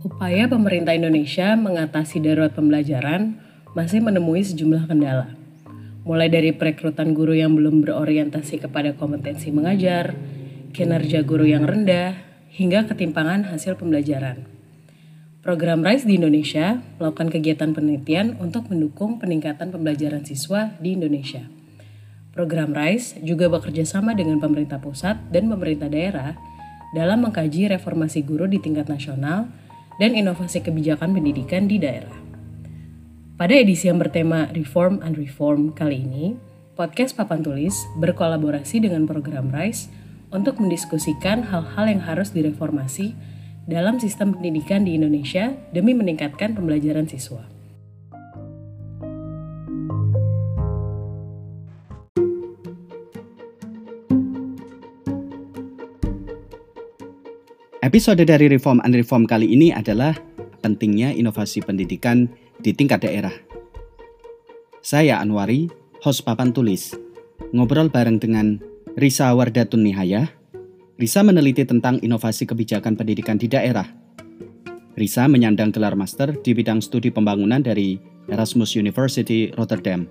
Upaya pemerintah Indonesia mengatasi darurat pembelajaran masih menemui sejumlah kendala. Mulai dari perekrutan guru yang belum berorientasi kepada kompetensi mengajar, kinerja guru yang rendah, hingga ketimpangan hasil pembelajaran. Program RISE di Indonesia melakukan kegiatan penelitian untuk mendukung peningkatan pembelajaran siswa di Indonesia. Program RISE juga bekerja sama dengan pemerintah pusat dan pemerintah daerah dalam mengkaji reformasi guru di tingkat nasional dan inovasi kebijakan pendidikan di daerah. Pada edisi yang bertema Reform and Reform kali ini, podcast Papan Tulis berkolaborasi dengan program RISE untuk mendiskusikan hal-hal yang harus direformasi dalam sistem pendidikan di Indonesia demi meningkatkan pembelajaran siswa. Episode dari Reform and Reform kali ini adalah pentingnya inovasi pendidikan di tingkat daerah. Saya Anwari, host Papan Tulis, ngobrol bareng dengan Risa Wardatun Nihaya. Risa meneliti tentang inovasi kebijakan pendidikan di daerah. Risa menyandang gelar master di bidang studi pembangunan dari Erasmus University Rotterdam.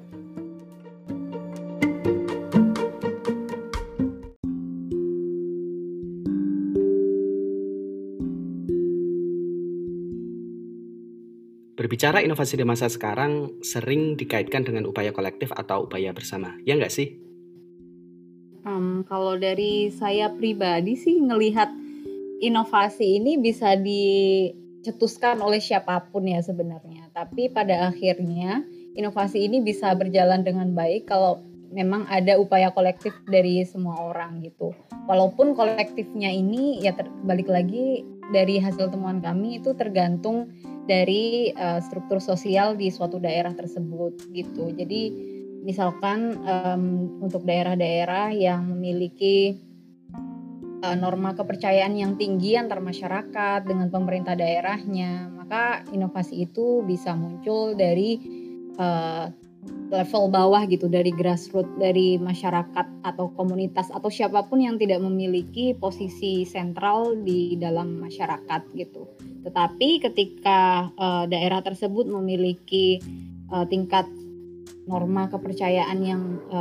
Berbicara inovasi di masa sekarang sering dikaitkan dengan upaya kolektif atau upaya bersama, ya nggak sih? Kalau dari saya pribadi sih ngelihat inovasi ini bisa dicetuskan oleh siapapun ya sebenarnya. Tapi pada akhirnya inovasi ini bisa berjalan dengan baik kalau memang ada upaya kolektif dari semua orang gitu. Walaupun kolektifnya ini ya balik lagi dari hasil temuan kami itu tergantung dari struktur sosial di suatu daerah tersebut gitu. Jadi misalkan untuk daerah-daerah yang memiliki norma kepercayaan yang tinggi antar masyarakat dengan pemerintah daerahnya, maka inovasi itu bisa muncul dari level bawah gitu, dari grassroots, dari masyarakat atau komunitas atau siapapun yang tidak memiliki posisi sentral di dalam masyarakat gitu. Tetapi ketika daerah tersebut memiliki tingkat norma kepercayaan yang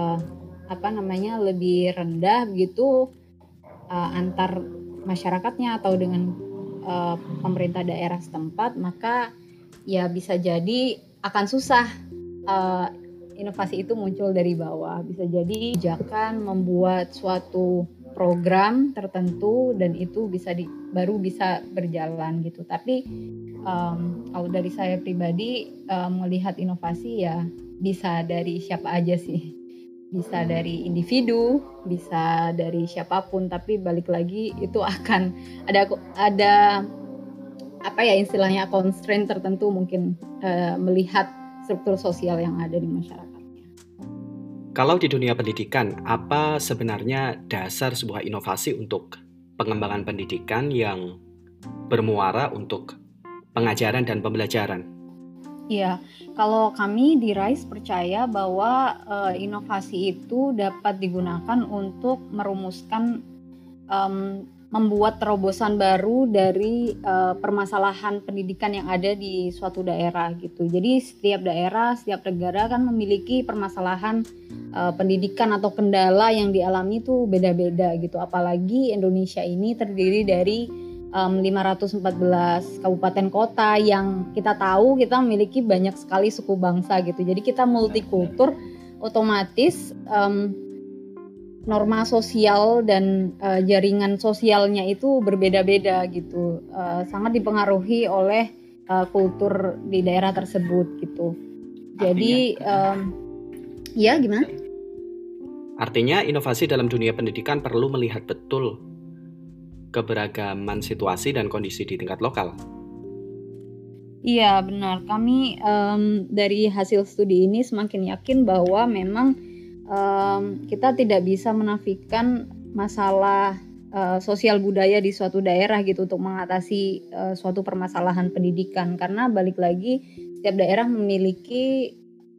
lebih rendah gitu antar masyarakatnya atau dengan pemerintah daerah setempat, maka ya bisa jadi akan susah inovasi itu muncul dari bawah. Bisa jadi kebijakan membuat suatu program tertentu dan itu baru bisa berjalan gitu. Tapi kalau dari saya pribadi melihat inovasi ya bisa dari siapa aja sih. Bisa dari individu, bisa dari siapapun, tapi balik lagi itu akan ada istilahnya constraint tertentu mungkin melihat struktur sosial yang ada di masyarakatnya. Kalau di dunia pendidikan, apa sebenarnya dasar sebuah inovasi untuk pengembangan pendidikan yang bermuara untuk pengajaran dan pembelajaran? Iya, kalau kami di RISE percaya bahwa inovasi itu dapat digunakan untuk merumuskan membuat terobosan baru dari permasalahan pendidikan yang ada di suatu daerah gitu. Jadi setiap daerah, setiap negara kan memiliki permasalahan pendidikan atau kendala yang dialami itu beda-beda gitu. Apalagi Indonesia ini terdiri dari 514 kabupaten kota yang kita tahu kita memiliki banyak sekali suku bangsa gitu. Jadi kita multikultur, otomatis norma sosial dan jaringan sosialnya itu berbeda-beda gitu. Sangat dipengaruhi oleh kultur di daerah tersebut gitu. Jadi ya gimana? Artinya inovasi dalam dunia pendidikan perlu melihat betul keberagaman situasi dan kondisi di tingkat lokal. Iya benar, kami dari hasil studi ini semakin yakin bahwa memang kita tidak bisa menafikan masalah sosial budaya di suatu daerah gitu untuk mengatasi suatu permasalahan pendidikan, karena balik lagi setiap daerah memiliki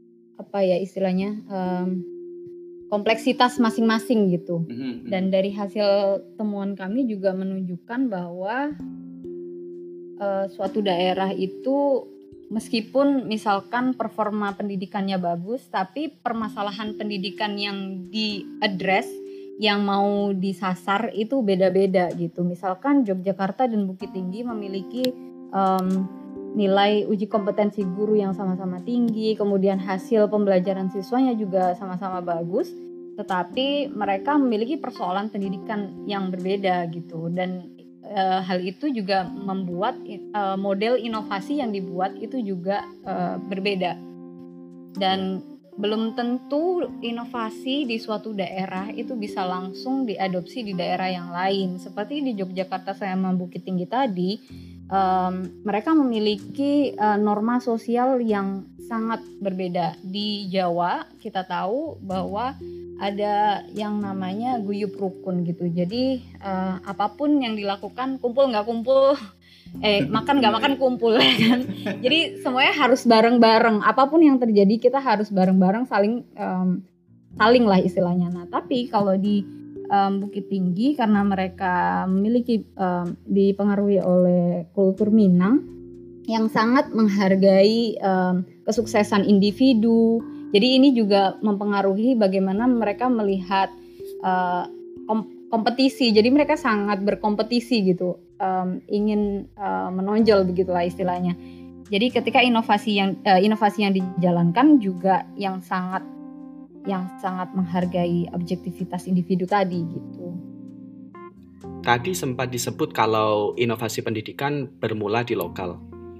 kompleksitas masing-masing gitu. Dan dari hasil temuan kami juga menunjukkan bahwa suatu daerah itu meskipun misalkan performa pendidikannya bagus, tapi permasalahan pendidikan yang di-address, yang mau disasar itu beda-beda gitu. Misalkan Yogyakarta dan Bukit Tinggi memiliki nilai uji kompetensi guru yang sama-sama tinggi, kemudian hasil pembelajaran siswanya juga sama-sama bagus, tetapi mereka memiliki persoalan pendidikan yang berbeda gitu. Dan hal itu juga membuat model inovasi yang dibuat itu juga berbeda, dan belum tentu inovasi di suatu daerah itu bisa langsung diadopsi di daerah yang lain. Seperti di Yogyakarta sama Bukit Tinggi tadi, mereka memiliki norma sosial yang sangat berbeda. Di Jawa kita tahu bahwa ada yang namanya guyub rukun gitu. Jadi apapun yang dilakukan, kumpul nggak kumpul, makan nggak makan kumpul kan. Jadi semuanya harus bareng-bareng. Apapun yang terjadi kita harus bareng-bareng, saling lah istilahnya. Nah tapi kalau di Bukit Tinggi, karena mereka memiliki dipengaruhi oleh kultur Minang yang sangat menghargai kesuksesan individu. Jadi ini juga mempengaruhi bagaimana mereka melihat kompetisi. Jadi mereka sangat berkompetisi gitu, ingin menonjol begitulah istilahnya. Jadi ketika inovasi yang dijalankan juga yang sangat menghargai objektivitas individu tadi gitu. Tadi sempat disebut kalau inovasi pendidikan bermula di lokal.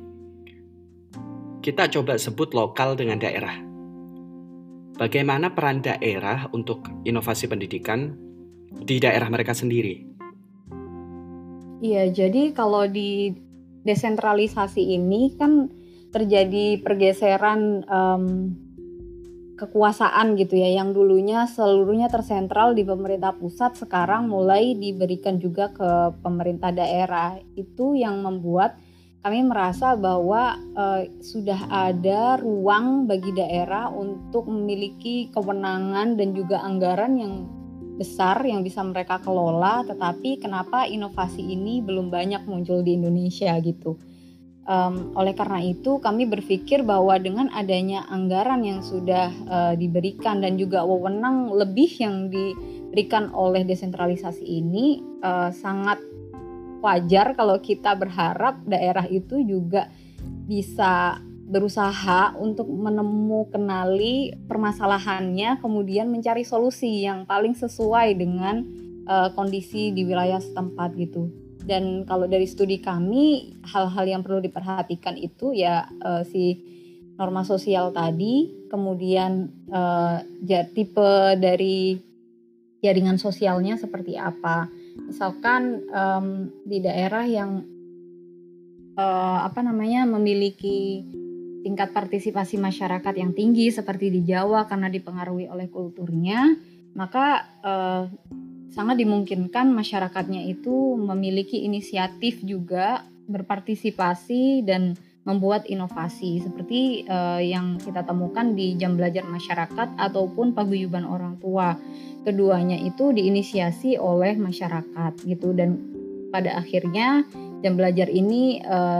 Kita coba sebut lokal dengan daerah. Bagaimana peran daerah untuk inovasi pendidikan di daerah mereka sendiri? Iya, jadi kalau di desentralisasi ini kan terjadi pergeseran kekuasaan gitu ya, yang dulunya seluruhnya tersentral di pemerintah pusat, sekarang mulai diberikan juga ke pemerintah daerah. Itu yang membuat kami merasa bahwa sudah ada ruang bagi daerah untuk memiliki kewenangan dan juga anggaran yang besar yang bisa mereka kelola, tetapi kenapa inovasi ini belum banyak muncul di Indonesia gitu. Oleh karena itu kami berpikir bahwa dengan adanya anggaran yang sudah diberikan dan juga wewenang lebih yang diberikan oleh desentralisasi ini, sangat wajar kalau kita berharap daerah itu juga bisa berusaha untuk kenali permasalahannya, kemudian mencari solusi yang paling sesuai dengan kondisi di wilayah setempat gitu. Dan kalau dari studi kami, hal-hal yang perlu diperhatikan itu ya si norma sosial tadi, kemudian tipe dari jaringan sosialnya seperti apa. Misalkan di daerah yang memiliki tingkat partisipasi masyarakat yang tinggi seperti di Jawa karena dipengaruhi oleh kulturnya, maka sangat dimungkinkan masyarakatnya itu memiliki inisiatif juga berpartisipasi dan membuat inovasi seperti yang kita temukan di jam belajar masyarakat ataupun paguyuban orang tua. Keduanya itu diinisiasi oleh masyarakat gitu, dan pada akhirnya jam belajar ini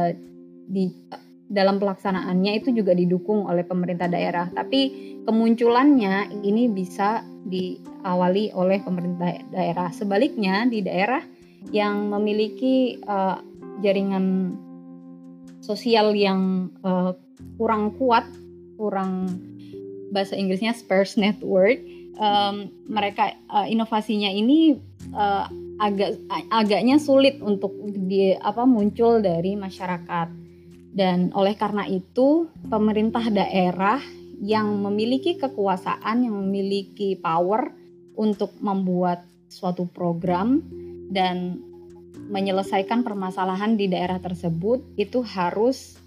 dalam pelaksanaannya itu juga didukung oleh pemerintah daerah. Tapi kemunculannya ini bisa diawali oleh pemerintah daerah. Sebaliknya di daerah yang memiliki jaringan sosial yang kurang kuat, bahasa Inggrisnya sparse network, mereka inovasinya ini agaknya sulit untuk muncul dari masyarakat. Dan oleh karena itu pemerintah daerah yang memiliki kekuasaan, yang memiliki power untuk membuat suatu program dan menyelesaikan permasalahan di daerah tersebut itu harus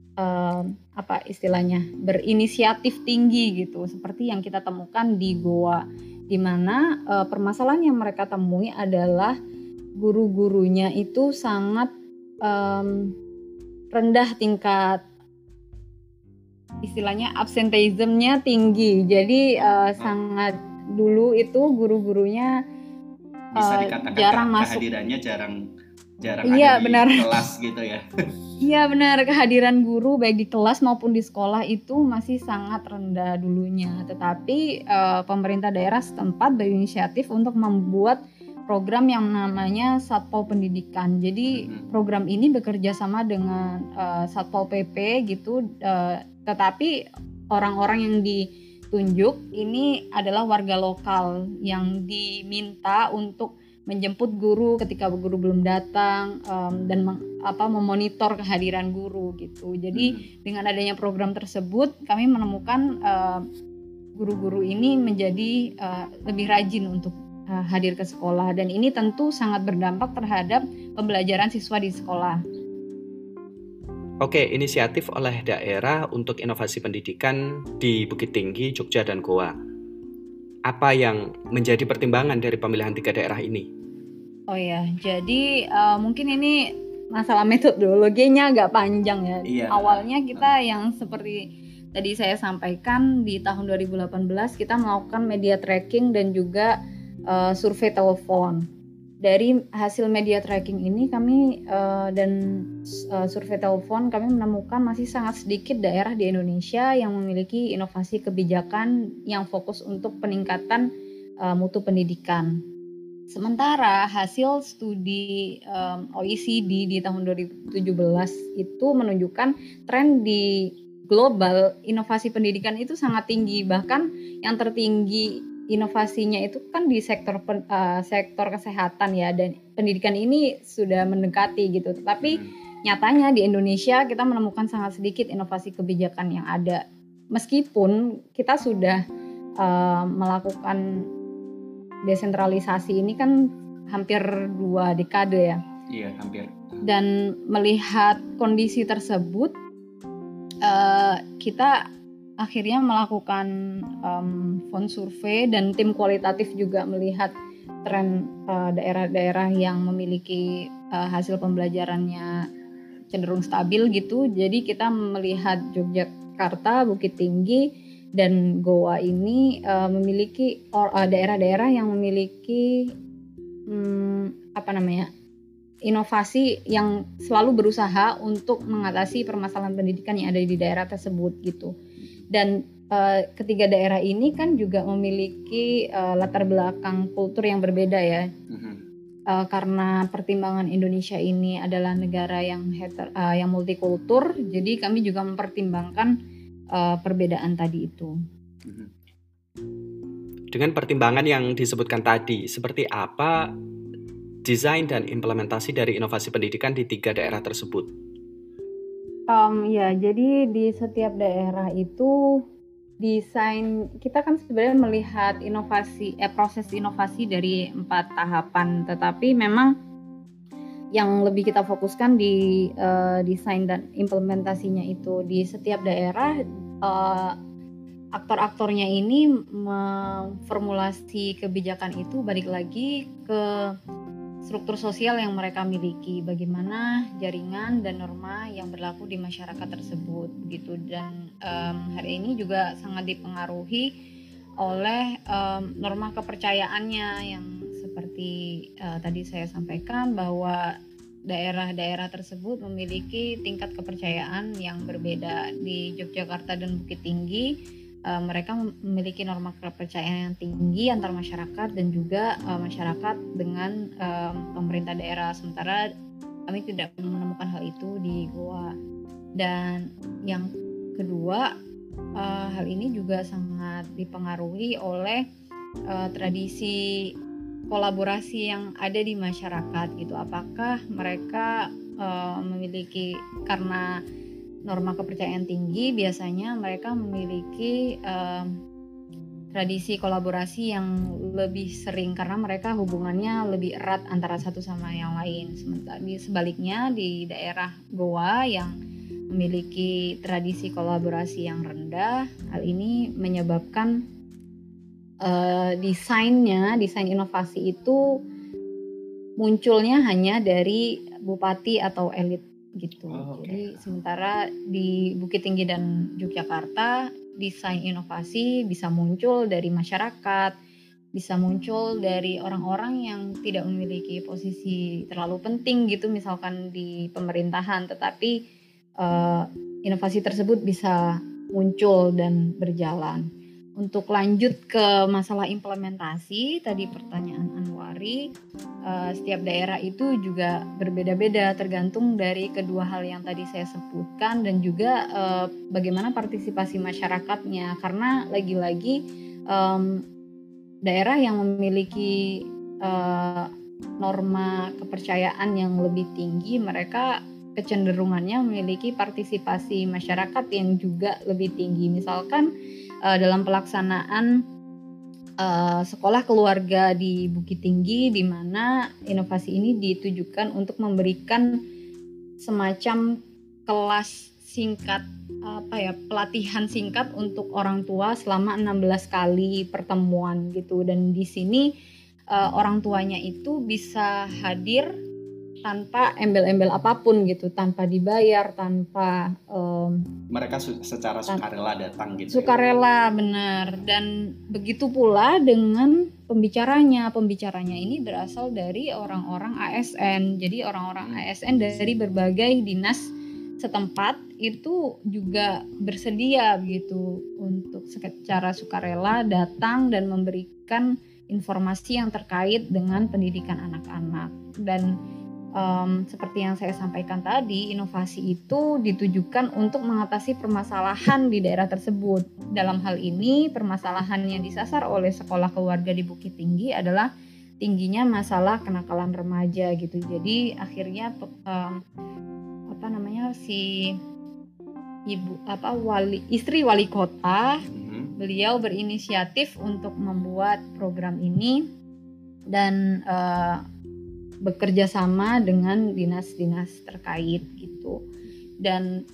berinisiatif tinggi gitu, seperti yang kita temukan di Goa, di mana permasalahan yang mereka temui adalah guru-gurunya itu sangat rendah tingkat, istilahnya absenteismnya tinggi. Jadi sangat dulu itu guru-gurunya bisa dikatakan jarang masuk. Kehadirannya jarang Iya, ada di benar. kelas gitu ya. Iya benar, kehadiran guru baik di kelas maupun di sekolah itu masih sangat rendah dulunya. Tetapi pemerintah daerah setempat berinisiatif untuk membuat program yang namanya Satpol Pendidikan. Jadi program ini bekerja sama dengan Satpol PP gitu, tetapi orang-orang yang ditunjuk ini adalah warga lokal yang diminta untuk menjemput guru ketika guru belum datang, dan memonitor kehadiran guru gitu. Jadi dengan adanya program tersebut kami menemukan guru-guru ini menjadi lebih rajin untuk hadir ke sekolah, dan ini tentu sangat berdampak terhadap pembelajaran siswa di sekolah. Oke, inisiatif oleh daerah untuk inovasi pendidikan di Bukit Tinggi, Jogja, dan Goa. Apa yang menjadi pertimbangan dari pemilihan 3 daerah ini? Oh ya, jadi mungkin ini masalah metodologinya agak panjang ya. Iya. Awalnya kita yang seperti tadi saya sampaikan, di tahun 2018 kita melakukan media tracking dan juga survei telepon. Dari hasil media tracking ini kami dan survei telepon, kami menemukan masih sangat sedikit daerah di Indonesia yang memiliki inovasi kebijakan yang fokus untuk peningkatan mutu pendidikan. Sementara hasil studi OECD di tahun 2017 itu menunjukkan tren di global inovasi pendidikan itu sangat tinggi, bahkan yang tertinggi inovasinya itu kan di sektor kesehatan ya, dan pendidikan ini sudah mendekati gitu. Tetapi nyatanya di Indonesia kita menemukan sangat sedikit inovasi kebijakan yang ada, meskipun kita sudah melakukan desentralisasi ini kan hampir 2 dekade ya. Iya, hampir. Dan melihat kondisi tersebut, kita akhirnya melakukan font survei, dan tim kualitatif juga melihat tren daerah-daerah yang memiliki hasil pembelajarannya cenderung stabil gitu. Jadi kita melihat Yogyakarta, Bukit Tinggi, dan Goa ini memiliki daerah-daerah yang memiliki inovasi yang selalu berusaha untuk mengatasi permasalahan pendidikan yang ada di daerah tersebut gitu. Dan ketiga daerah ini kan juga memiliki latar belakang kultur yang berbeda ya. Karena pertimbangan Indonesia ini adalah negara yang multikultur, jadi kami juga mempertimbangkan perbedaan tadi itu. Dengan pertimbangan yang disebutkan tadi, seperti apa desain dan implementasi dari inovasi pendidikan di 3 daerah tersebut? Ya, jadi di setiap daerah itu desain kita kan sebenarnya melihat proses inovasi dari 4 tahapan, tetapi memang yang lebih kita fokuskan di desain dan implementasinya itu. Di setiap daerah aktor-aktornya ini memformulasi kebijakan itu balik lagi ke struktur sosial yang mereka miliki, bagaimana jaringan dan norma yang berlaku di masyarakat tersebut gitu. Dan hari ini juga sangat dipengaruhi oleh norma kepercayaannya yang seperti tadi saya sampaikan, bahwa daerah-daerah tersebut memiliki tingkat kepercayaan yang berbeda. Di Yogyakarta dan Bukit Tinggi mereka memiliki norma kepercayaan yang tinggi antar masyarakat dan juga masyarakat dengan pemerintah daerah. Sementara kami tidak menemukan hal itu di Goa. Dan yang kedua, hal ini juga sangat dipengaruhi oleh tradisi kolaborasi yang ada di masyarakat gitu. Apakah mereka memiliki, karena norma kepercayaan tinggi, biasanya mereka memiliki tradisi kolaborasi yang lebih sering karena mereka hubungannya lebih erat antara satu sama yang lain. Sementara sebaliknya di daerah Goa yang memiliki tradisi kolaborasi yang rendah, hal ini menyebabkan desain inovasi itu munculnya hanya dari bupati atau elit gitu. Jadi sementara di Bukit Tinggi dan Yogyakarta desain inovasi bisa muncul dari masyarakat, bisa muncul dari orang-orang yang tidak memiliki posisi terlalu penting gitu, misalkan di pemerintahan, tetapi inovasi tersebut bisa muncul dan berjalan. Untuk lanjut ke masalah implementasi, tadi pertanyaan Anwari, setiap daerah itu juga berbeda-beda tergantung dari kedua hal yang tadi saya sebutkan, dan juga bagaimana partisipasi masyarakatnya, karena lagi-lagi daerah yang memiliki norma kepercayaan yang lebih tinggi, mereka kecenderungannya memiliki partisipasi masyarakat yang juga lebih tinggi. Misalkan dalam pelaksanaan sekolah keluarga di Bukit Tinggi, di mana inovasi ini ditujukan untuk memberikan semacam kelas singkat, pelatihan singkat untuk orang tua selama 16 kali pertemuan gitu. Dan di sini orang tuanya itu bisa hadir tanpa embel-embel apapun gitu, tanpa dibayar, tanpa mereka secara sukarela datang gitu. Sukarela, benar. Dan begitu pula dengan pembicaranya. Pembicaranya ini berasal dari orang-orang ASN. Jadi orang-orang ASN dari berbagai dinas setempat itu juga bersedia gitu untuk secara sukarela datang dan memberikan informasi yang terkait dengan pendidikan anak-anak. Dan seperti yang saya sampaikan tadi, inovasi itu ditujukan untuk mengatasi permasalahan di daerah tersebut. Dalam hal ini, permasalahan yang disasar oleh sekolah keluarga di Bukit Tinggi adalah tingginya masalah kenakalan remaja gitu. Jadi akhirnya si istri wali kota, beliau berinisiatif untuk membuat program ini dan bekerja sama dengan dinas-dinas terkait gitu. Dan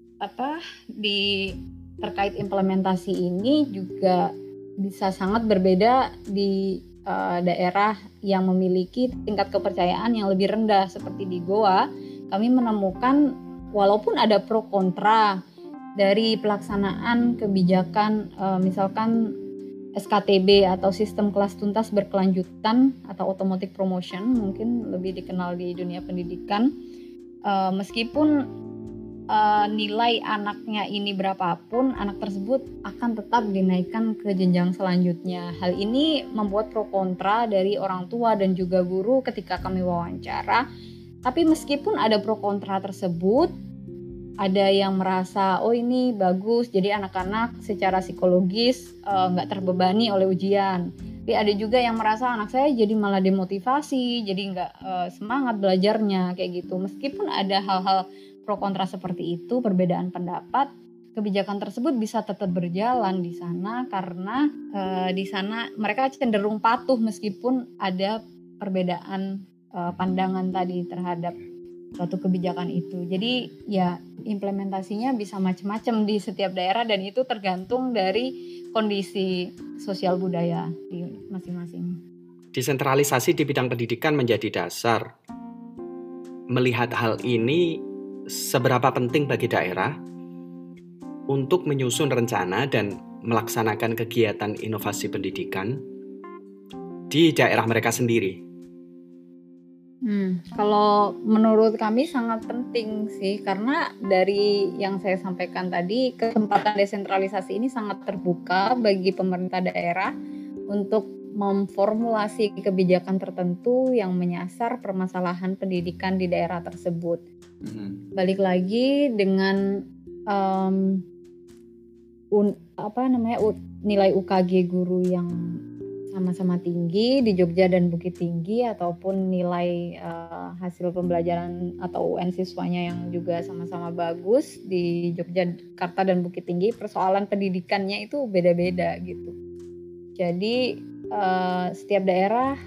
terkait implementasi ini juga bisa sangat berbeda di daerah yang memiliki tingkat kepercayaan yang lebih rendah. Seperti di Goa, kami menemukan walaupun ada pro kontra dari pelaksanaan kebijakan misalkan SKTB atau sistem kelas tuntas berkelanjutan atau automatic promotion, mungkin lebih dikenal di dunia pendidikan. Meskipun nilai anaknya ini berapapun, anak tersebut akan tetap dinaikkan ke jenjang selanjutnya. Hal ini membuat pro kontra dari orang tua dan juga guru ketika kami wawancara. Tapi meskipun ada pro kontra tersebut, ada yang merasa ini bagus, jadi anak-anak secara psikologis nggak terbebani oleh ujian. Tapi ada juga yang merasa anak saya jadi malah demotivasi, jadi nggak semangat belajarnya kayak gitu. Meskipun ada hal-hal pro kontra seperti itu, perbedaan pendapat, kebijakan tersebut bisa tetap berjalan di sana karena di sana mereka cenderung patuh meskipun ada perbedaan pandangan tadi terhadap suatu kebijakan itu. Jadi ya implementasinya bisa macam-macam di setiap daerah dan itu tergantung dari kondisi sosial budaya di masing-masing. Desentralisasi di bidang pendidikan menjadi dasar. Melihat hal ini, seberapa penting bagi daerah untuk menyusun rencana dan melaksanakan kegiatan inovasi pendidikan di daerah mereka sendiri? Kalau menurut kami sangat penting sih, karena dari yang saya sampaikan tadi, kesempatan desentralisasi ini sangat terbuka bagi pemerintah daerah untuk memformulasi kebijakan tertentu yang menyasar permasalahan pendidikan di daerah tersebut. Balik lagi dengan nilai UKG guru yang sama-sama tinggi di Jogja dan Bukit Tinggi, ataupun nilai hasil pembelajaran atau UN siswanya yang juga sama-sama bagus di Yogyakarta dan Bukit Tinggi, persoalan pendidikannya itu beda-beda gitu. Jadi setiap daerah,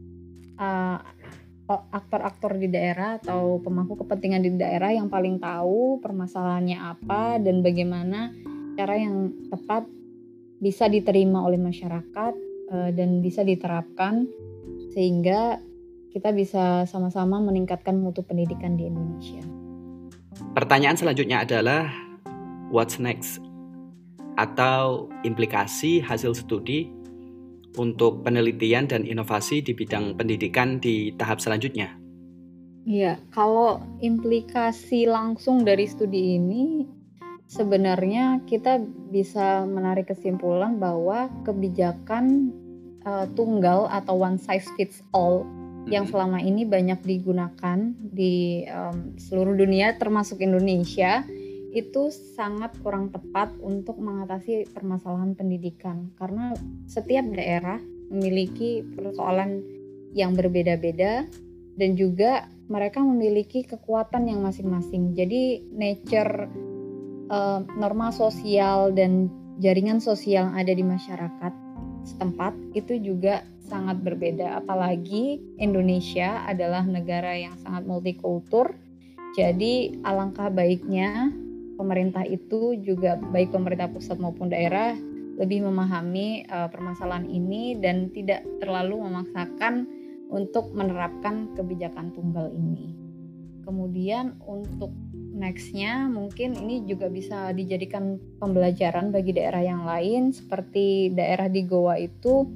aktor-aktor di daerah atau pemangku kepentingan di daerah yang paling tahu permasalahannya apa dan bagaimana cara yang tepat bisa diterima oleh masyarakat dan bisa diterapkan sehingga kita bisa sama-sama meningkatkan mutu pendidikan di Indonesia. Pertanyaan selanjutnya adalah what's next? Atau implikasi hasil studi untuk penelitian dan inovasi di bidang pendidikan di tahap selanjutnya? Iya, kalau implikasi langsung dari studi ini, sebenarnya kita bisa menarik kesimpulan bahwa kebijakan tunggal atau one size fits all yang selama ini banyak digunakan di seluruh dunia termasuk Indonesia itu sangat kurang tepat untuk mengatasi permasalahan pendidikan, karena setiap daerah memiliki persoalan yang berbeda-beda dan juga mereka memiliki kekuatan yang masing-masing. Jadi nature norma sosial dan jaringan sosial yang ada di masyarakat setempat itu juga sangat berbeda. Apalagi Indonesia adalah negara yang sangat multikultur. Jadi alangkah baiknya pemerintah itu juga, baik pemerintah pusat maupun daerah, lebih memahami permasalahan ini dan tidak terlalu memaksakan untuk menerapkan kebijakan tunggal ini. Kemudian untuk nextnya mungkin ini juga bisa dijadikan pembelajaran bagi daerah yang lain, seperti daerah di Goa itu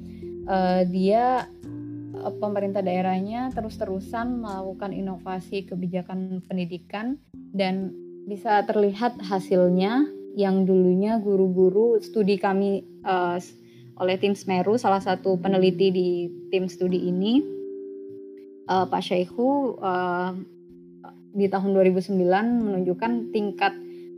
pemerintah daerahnya terus-terusan melakukan inovasi kebijakan pendidikan dan bisa terlihat hasilnya. Yang dulunya guru-guru studi kami oleh tim Semeru, salah satu peneliti di tim studi ini, Pak Syaihu di tahun 2009 menunjukkan tingkat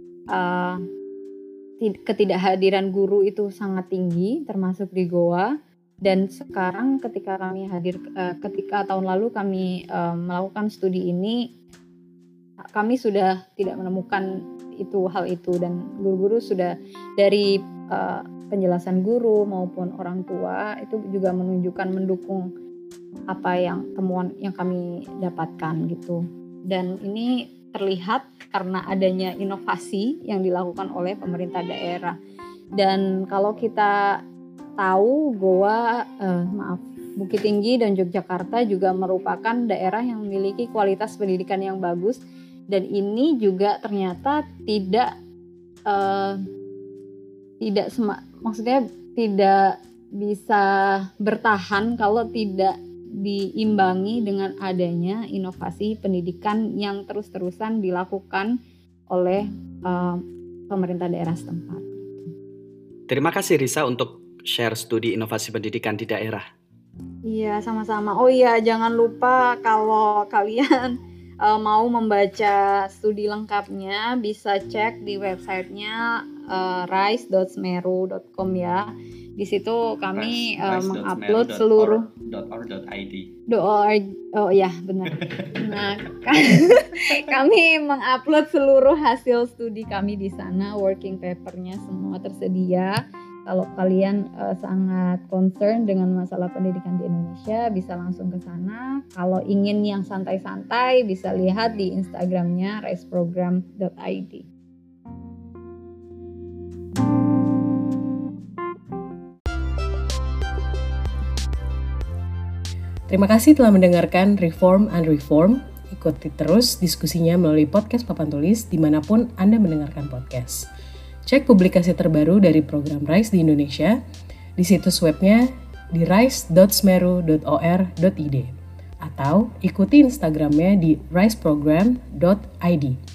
ketidakhadiran guru itu sangat tinggi termasuk di Goa, dan sekarang ketika tahun lalu kami melakukan studi ini, kami sudah tidak menemukan hal itu dan guru-guru sudah dari penjelasan guru maupun orang tua itu juga mendukung apa yang temuan yang kami dapatkan gitu. Dan ini terlihat karena adanya inovasi yang dilakukan oleh pemerintah daerah. Dan kalau kita tahu Goa, Bukit Tinggi dan Yogyakarta juga merupakan daerah yang memiliki kualitas pendidikan yang bagus, dan ini juga ternyata tidak bisa bertahan kalau tidak diimbangi dengan adanya inovasi pendidikan yang terus-terusan dilakukan oleh pemerintah daerah setempat. Terima kasih Risa untuk share studi inovasi pendidikan di daerah. Iya, sama-sama. Oh iya, jangan lupa kalau kalian mau membaca studi lengkapnya bisa cek di websitenya rise.semeru.com ya. Di situ kami mengupload seluruh .org.id. Oh ya, benar. Nah, kami mengupload seluruh hasil studi kami di sana, working papernya semua tersedia. Kalau kalian sangat concern dengan masalah pendidikan di Indonesia, bisa langsung ke sana. Kalau ingin yang santai-santai, bisa lihat di Instagramnya riseprogram.id. Terima kasih telah mendengarkan Reform and Reform. Ikuti terus diskusinya melalui podcast Papan Tulis dimanapun Anda mendengarkan podcast. Cek publikasi terbaru dari program RISE di Indonesia di situs webnya di rise.semeru.or.id atau ikuti Instagramnya di riseprogram.id.